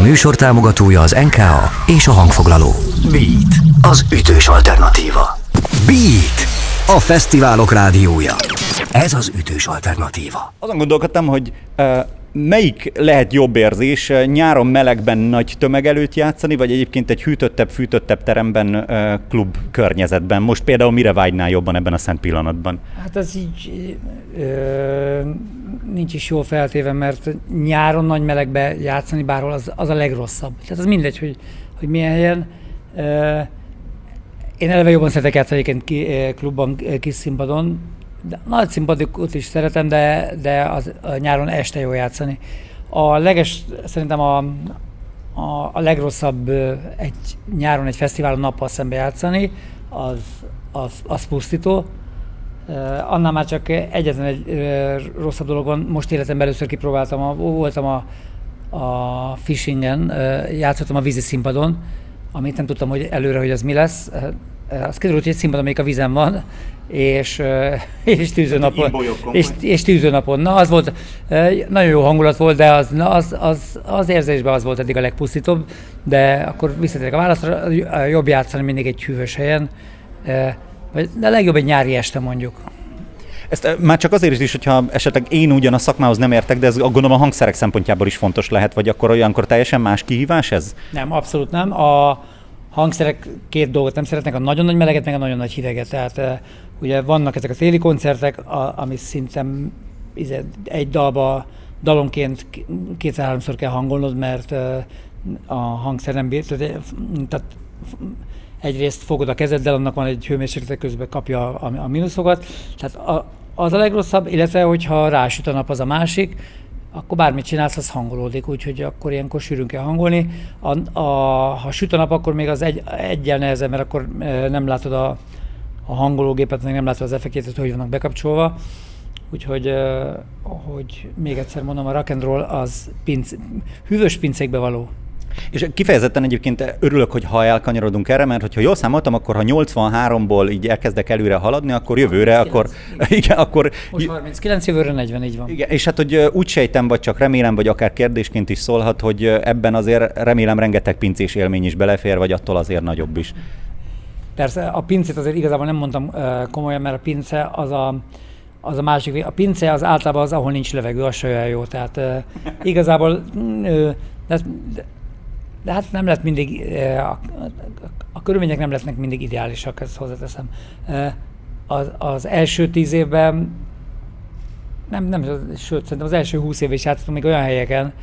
műsor támogatója az NKA és a hangfoglaló. Beat, az ütős alternatíva. Beat, a fesztiválok rádiója. Ez az ütős alternatíva. Azon gondolkodtam, hogy melyik lehet jobb érzés, nyáron melegben nagy tömeg előtt játszani, vagy egyébként egy fűtöttebb teremben, klub környezetben? Most például mire vágynál jobban ebben a szent pillanatban? Hát ez így nincs is jól feltéve, mert nyáron nagy melegben játszani bárhol az a legrosszabb. Tehát az mindegy, hogy milyen helyen. Én eleve jobban szeretek játszani egyébként klubban, kis színpadon. De nagy színpadot is szeretem, de a nyáron este jó játszani. Szerintem a legrosszabb nyáron egy fesztiválon nappal szembe játszani, az pusztító. Annál már csak egyetlen egy rosszabb dolog van. Most életemben először kipróbáltam, voltam a Fishingen, játszottam a vízi színpadon, amit nem tudtam hogy előre, hogy az mi lesz. Az kiderült, hogy egy színpad, amelyik a vízen van, és tűzőnapon. Na, az volt, nagyon jó hangulat volt, de az érzésben az volt eddig a legpusztítóbb, de akkor visszatérek a válaszra, jobb játszani mindig egy hűvös helyen, de legjobb egy nyári este mondjuk. Ezt már csak azért is, hogyha esetleg én ugyan a szakmához nem értek, de ez gondolom a hangszerek szempontjából is fontos lehet, vagy akkor olyankor teljesen más kihívás ez? Nem, abszolút nem. A hangszerek két dolgot nem szeretnek, a nagyon nagy meleget, meg a nagyon nagy hideget. Tehát ugye vannak ezek a téli koncertek, ami szinte egy dalonként kétszer-háromszor kell hangolnod, mert a hangszer nem bír. Tehát egyrészt fogod a kezeddel, annak van egy hőmérséklete, közben kapja a mínuszokat. Tehát az a legrosszabb, illetve hogyha rásüt a nap, az a másik, akkor bármit csinálsz, az hangolódik, úgyhogy akkor ilyenkor sűrűn kell hangolni. Ha süt a nap, akkor még az egyen nehezebb, mert akkor nem látod a hangológépet, meg nem látod az effektjét, hogy vannak bekapcsolva. Úgyhogy hogy még egyszer mondom, a rock and roll az hűvös pincékbe való. És kifejezetten egyébként örülök, hogy ha elkanyarodunk erre, mert hogyha jól számoltam, akkor ha 83-ból így elkezdek előre haladni, akkor jövőre, 39. akkor... Most 39, jövőre 40, így van. Igen, és hát, hogy úgy sejtem, vagy csak remélem, vagy akár kérdésként is szólhat, hogy ebben azért remélem rengeteg pincés élmény is belefér, vagy attól azért nagyobb is. Persze, a pincét azért igazából nem mondtam komolyan, mert a pince az a másik. A pince az általában az, ahol nincs levegő, az se olyan jó. Tehát igazából... De hát nem lett mindig, a körülmények nem lettnek mindig ideálisak, ezt hozzáteszem. Az első 10 évben, sőt, szerintem az első 20 évben is játszottunk még olyan helyeken,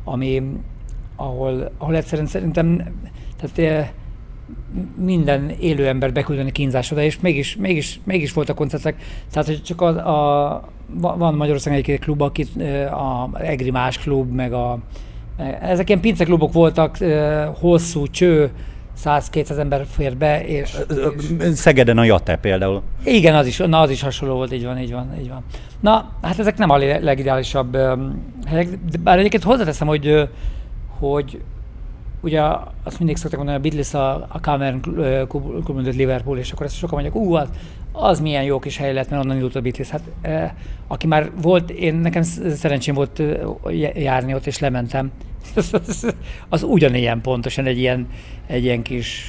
ahol egyszerűen szerintem tehát minden élő embert beküldeni kínzásra, és mégis voltak koncertek. Tehát, hogy csak van Magyarországon egy klub, a Egri Más klub, meg ezek ilyen pinceklubok voltak, hosszú cső, 100-200 ember fér be, és... Szegeden a Jate például. Igen, az is hasonló volt, így van. Na, hát ezek nem a legideálisabb helyek, de bár egyébként hozzáteszem, hogy ugye azt mindig szoktak mondani, a Beatles a Cavern Club Liverpool, és akkor ezt sokan mondják, az milyen jó kis hely lett, mert onnan indult a Beatles. Hát aki már volt, nekem szerencsém volt járni ott, és lementem. Az ugyanilyen pontosan egy ilyen kis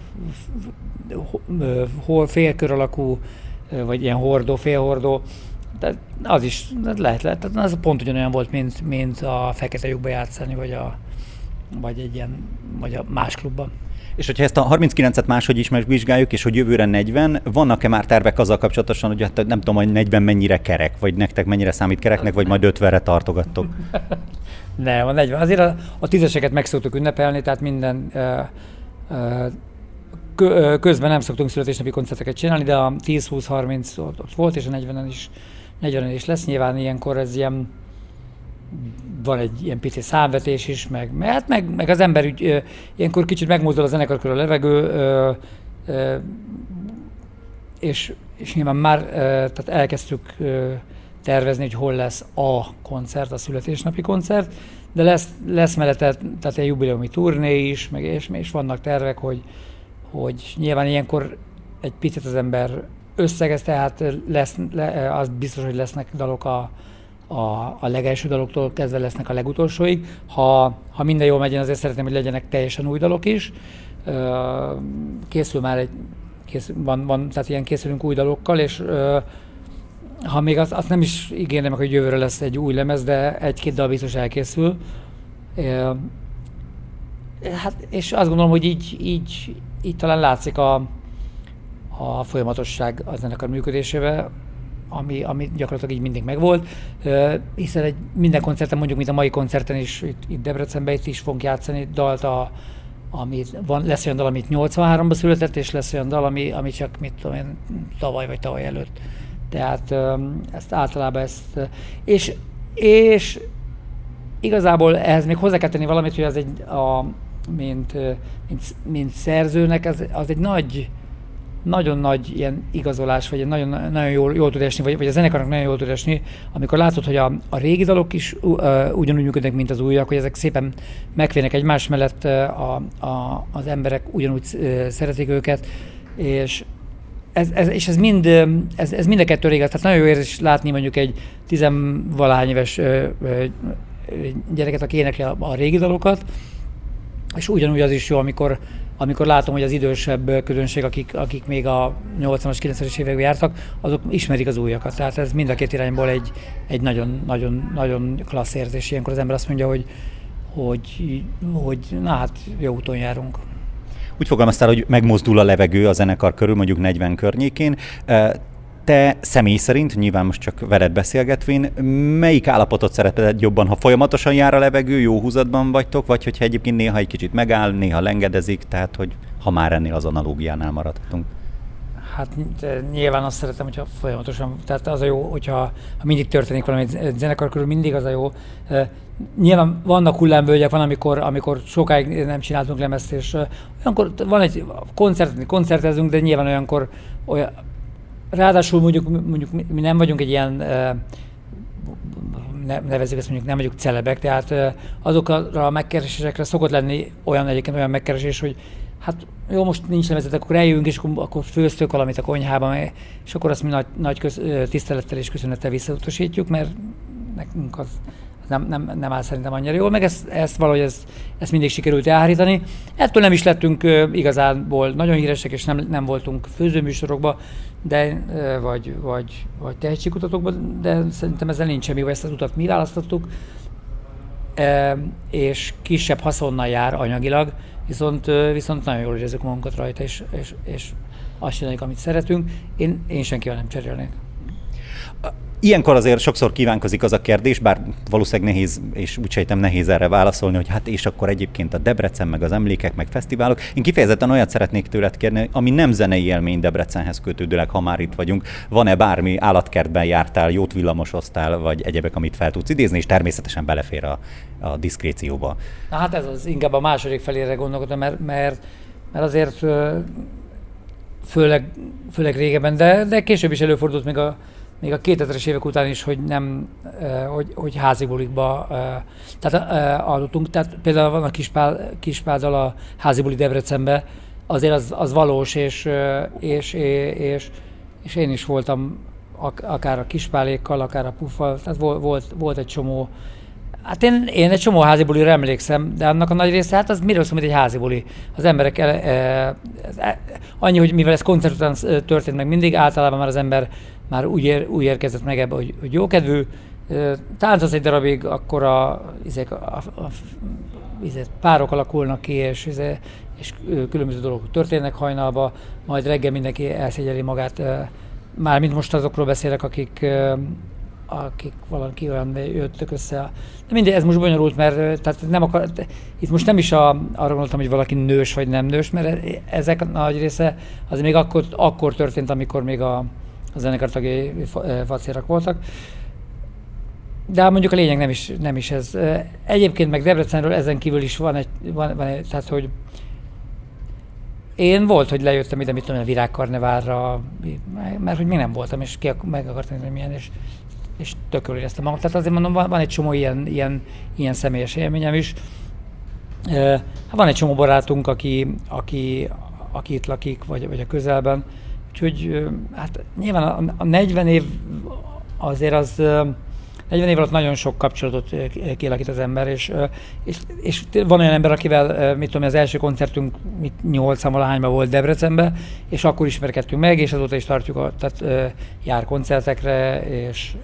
félkör alakú, vagy ilyen félhordó. De az is lehet, az pont ugyanolyan volt, mint a Fekete lyukba játszani, vagy a más klubban. És hogyha ezt a 39-et máshogy is megvizsgáljuk, és hogy jövőre 40, vannak-e már tervek azzal kapcsolatosan, hogy hát nem tudom, hogy 40 mennyire kerek, vagy nektek mennyire számít kereknek, vagy majd 50-re tartogattok? Nem, a 40. Azért a tízeseket meg szoktuk ünnepelni, tehát minden közben nem szoktunk születésnapi koncerteket csinálni, de a 10-20-30 ott volt, és a 40-en is lesz. Nyilván ilyenkor ez ilyen, van egy ilyen pici számvetés is, meg az ember ilyenkor kicsit megmozdul a zenekar körül a levegő, és nyilván már tehát elkezdtük tervezni, hogy hol lesz a koncert, a születésnapi koncert, de lesz mellette tehát egy jubileumi turné is, és vannak tervek, hogy nyilván ilyenkor egy picit az ember összegez, tehát az biztos, hogy lesznek dalok a a legelső daloktól kezdve lesznek a legutolsóig. Ha minden jól megy, én azért szeretném, hogy legyenek teljesen új dalok is. Készül már van, tehát ilyen készülünk új dalokkal, és ha még azt nem is ígérnem, hogy jövőre lesz egy új lemez, de egy-két dal biztos elkészül. Hát, és azt gondolom, hogy így talán látszik a folyamatosság a zenekar működésébe, ami gyakorlatilag így mindig megvolt, hiszen minden koncerten, mondjuk mint a mai koncerten is, itt Debrecenben itt is fogunk játszani dalt, lesz olyan dal, amit 83-ban született, és lesz olyan dal, ami csak mit tudom én, tavaly vagy tavaly előtt. Tehát ezt általában és igazából ehhez még hozzá kell tenni valamit, hogy az mint szerzőnek az egy nagyon nagy ilyen igazolás, vagy nagyon, nagyon jól tud esni, vagy a zenekarnak nagyon jól tud esni, amikor látod, hogy a régi dalok is ugyanúgy működnek, mint az újak, hogy ezek szépen megférnek egymás mellett, az emberek ugyanúgy szeretik őket, és ez mind a kettő igaz. Tehát nagyon jó érzés látni mondjuk egy 10-valahány éves gyereket, aki énekli a régi dalokat, és ugyanúgy az is jó, amikor látom, hogy az idősebb közönség, akik még a 80-as, 90-es években jártak, azok ismerik az újakat. Tehát ez mind a két irányból egy nagyon klassz érzés. Ilyenkor az ember azt mondja, hogy na hát jó úton járunk. Úgy fogalmaztál, hogy megmozdul a levegő a zenekar körül, mondjuk 40 környékén. Te személy szerint, nyilván most csak veled beszélgetvén, melyik állapotot szereted jobban, ha folyamatosan jár a levegő, jó húzatban vagytok, vagy hogyha egyébként néha egy kicsit megáll, néha lengedezik, tehát hogy ha már ennél az analógiánál maradhatunk? Hát nyilván azt szeretem, hogyha folyamatosan, tehát az a jó, hogyha mindig történik valami zenekar körül, mindig az a jó. Nyilván vannak hullámvölgyek, van, amikor sokáig nem csináltunk lemezt, és olyankor van egy koncertezünk, de nyilván olyankor ráadásul mondjuk mi nem vagyunk egy ilyen, nevezzük ezt mondjuk, nem vagyunk celebek, tehát azokra a megkeresésekre szokott lenni olyan megkeresés, hogy hát jó, most nincs lemezet, akkor eljövünk, és akkor főztök valamit a konyhában, és akkor azt mi nagy tisztelettel és köszönettel visszautasítjuk, mert nekünk az nem áll szerintem annyira jól, meg ezt valahogy ezt mindig sikerült elhárítani. Ettől nem is lettünk igazából nagyon híresek, és nem voltunk főzőműsorokban, de vagy tehetségkutatókban, de szerintem ezzel nincs semmi, ezt az utat mi választottuk, és kisebb haszonnal jár anyagilag, viszont nagyon jól érezzük magunkat rajta, és azt csináljuk, amit szeretünk. Én senkivel nem cserélnék. Ilyenkor azért sokszor kívánkozik az a kérdés, bár valószínűleg nehéz, és úgy sejtem nehéz erre válaszolni, hogy hát és akkor egyébként a Debrecen, meg az emlékek, meg fesztiválok. Én kifejezetten olyat szeretnék tőled kérni, ami nem zenei élmény Debrecenhez kötődőleg, ha már itt vagyunk. Van-e bármi, állatkertben jártál, jót villamosoztál, vagy egyebek, amit fel tudsz idézni, és természetesen belefér a diszkrécióba? Na hát ez az inkább a második felére gondolkodom, mert azért főleg régebben, de később is előfordult még a 2000-es évek után is, hogy hogy házi bulikba aludtunk. Tehát például van a Kispáldal a házi buli Debrecenbe, azért az valós, és én is voltam akár a Kispálékkal, akár a Puffal, tehát volt egy csomó. Hát én egy csomó házi bulira emlékszem, de annak a nagy része, hát az miről szól, mint egy házi buli. Az emberek annyi, hogy mivel ez koncert után történt meg mindig, általában már az ember már úgy érkezett meg ebbe, hogy jókedvű, táncolsz egy darabig, akkor a párok alakulnak ki, és különböző dolgok történnek hajnalba, majd reggel mindenki elszégyeli magát. Mármint most azokról beszélek, akik valaki olyan jöttek össze. De mindegy, ez most bonyolult, mert tehát itt most nem is arra gondoltam, hogy valaki nős vagy nem nős, mert ezek a nagy része az még akkor történt, amikor még a zenekar tagjai facérak voltak. De mondjuk a lényeg nem is ez. Egyébként meg Debrecenről ezen kívül is van egy tehát hogy én volt, hogy lejöttem ide, mit tudom, a Virágkarneválra, mert hogy még nem voltam, és meg akartam, hogy milyen, és tökről éreztem magam. Tehát azért mondom, van egy csomó ilyen személyes élményem is. Van egy csomó barátunk, aki itt lakik, vagy a közelben. Úgyhogy hát nyilván a 40 év azért 40 év alatt nagyon sok kapcsolatot kialakít az ember, és van olyan ember, akivel, mit tudom, az első koncertünk 80-valahányban volt Debrecenben, és akkor ismerkedtünk meg, és azóta is tartjuk, tehát jár koncertekre, és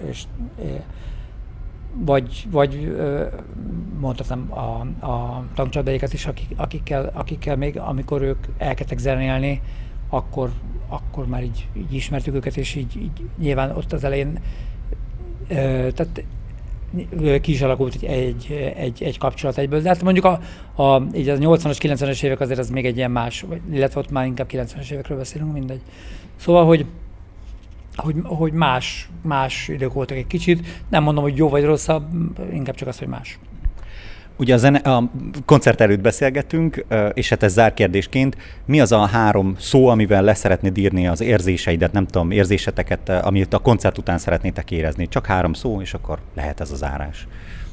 vagy mondhatom a tankcsapdaikat is, akikkel még, amikor ők elkezdtek zenélni, akkor már így ismertük őket, és így nyilván ott az elején tehát ki is alakult egy kapcsolat egyből. De hát mondjuk így az 80-as, 90-es évek azért az még egy ilyen más, illetve ott már inkább 90-es évekről beszélünk, mindegy. Szóval, hogy más idők voltak egy kicsit. Nem mondom, hogy jó vagy rosszabb, inkább csak az, hogy más. Ugye a koncert előtt beszélgetünk, és hát ez zárkérdésként, mi az a 3 szó, amivel leszeretnéd írni az érzéseidet, nem tudom, érzéseteket, amit a koncert után szeretnétek érezni? Csak 3 szó, és akkor lehet ez a zárás.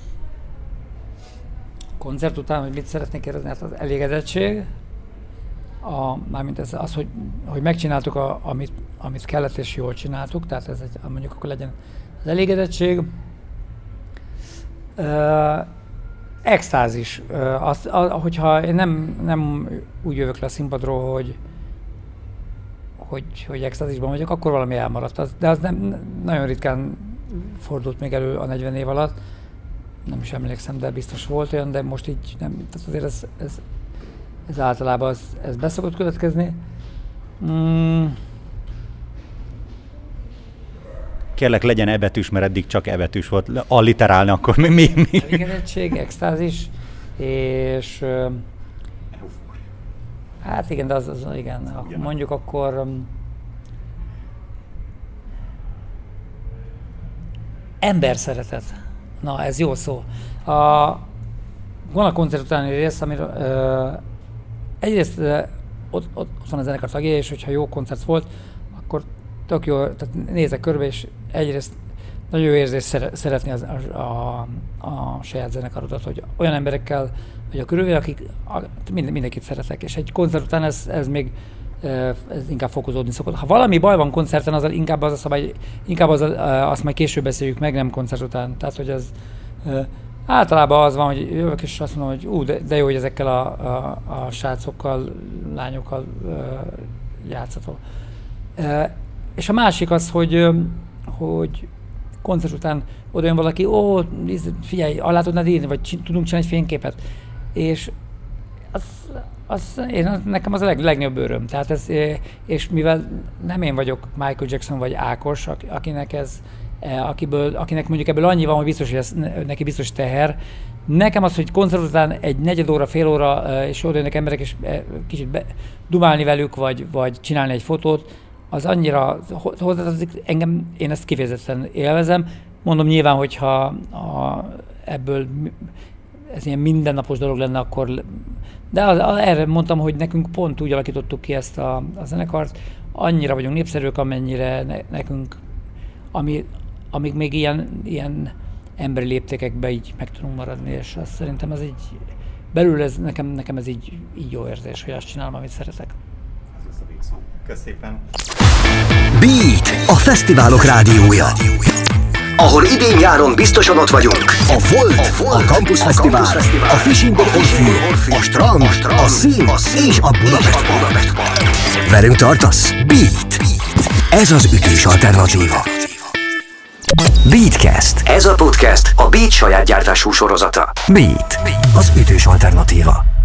Koncert után, hogy mit szeretnék érezni? Hát az elégedettség, mármint az, hogy megcsináltuk, amit kellett, és jól csináltuk, tehát ez mondjuk akkor legyen az elégedettség. Extázis. Hogyha én nem úgy jövök le a színpadról, hogy extázisban vagyok, akkor valami elmaradt. De az nem nagyon ritkán fordult még elő a 40 év alatt. Nem is emlékszem, de biztos volt olyan, de most így nem. Tehát azért ez általában ez be szokott következni. Kérlek, legyen E-betűs, mert eddig csak E-betűs volt. Alliterálni akkor mi? Elégedettség, extázis, és hát igen, de az igen. Mondjuk akkor emberszeretet. Na, ez jó szó. Van a koncert utáni rész, amiről egyrészt ott van a zenekar tagja, és hogyha jó koncert volt, akkor tök jó, tehát nézek körbe, és egyrészt nagyon jó érzés szeretni a saját zenekarodat, hogy olyan emberekkel vagy a körülvél, akik mindenkit szeretek, és egy koncert után ez még ez inkább fokozódni szokott. Ha valami baj van koncerten, az inkább az a szabály, inkább azt majd később beszéljük meg, nem koncert után. Tehát, hogy ez általában az van, hogy jövök és azt mondom, hogy de jó, hogy ezekkel a srácokkal, lányokkal játszható. És a másik az, hogy koncert után oda jön valaki, figyelj, alá tudnád írni, vagy tudunk csinálni egy fényképet. És nekem az a legnagyobb öröm. Tehát és mivel nem én vagyok Michael Jackson vagy Ákos, akinek mondjuk ebből annyi van, hogy biztos, hogy ez neki biztos teher. Nekem az, hogy koncert után egy negyed óra, fél óra, és oda jönnek emberek, és kicsit dumálni velük, vagy csinálni egy fotót, az annyira hozzátartozik, én ezt kifejezetten élvezem. Mondom nyilván, hogyha ebből ez ilyen mindennapos dolog lenne, akkor... De erre mondtam, hogy nekünk pont úgy alakítottuk ki ezt a zenekart, annyira vagyunk népszerűek, amennyire nekünk, amíg még ilyen emberi léptékekben így meg tudunk maradni, és azt szerintem ez így, belül ez, nekem ez így jó érzés, hogy azt csinálom, amit szeretek. Ez lesz a végszó. Köszönöm. Beat, a fesztiválok rádiója. Ahol idén-nyáron biztosan ott vagyunk. A Volt, a Campus Fesztivál, a Fishing Orfű, a Strand, a Szín és a Budapest Park. Velünk tartasz? Beat. Ez az ütős alternatíva. Beatcast. Ez a podcast a Beat saját gyártású sorozata. Beat, az ütős alternatíva.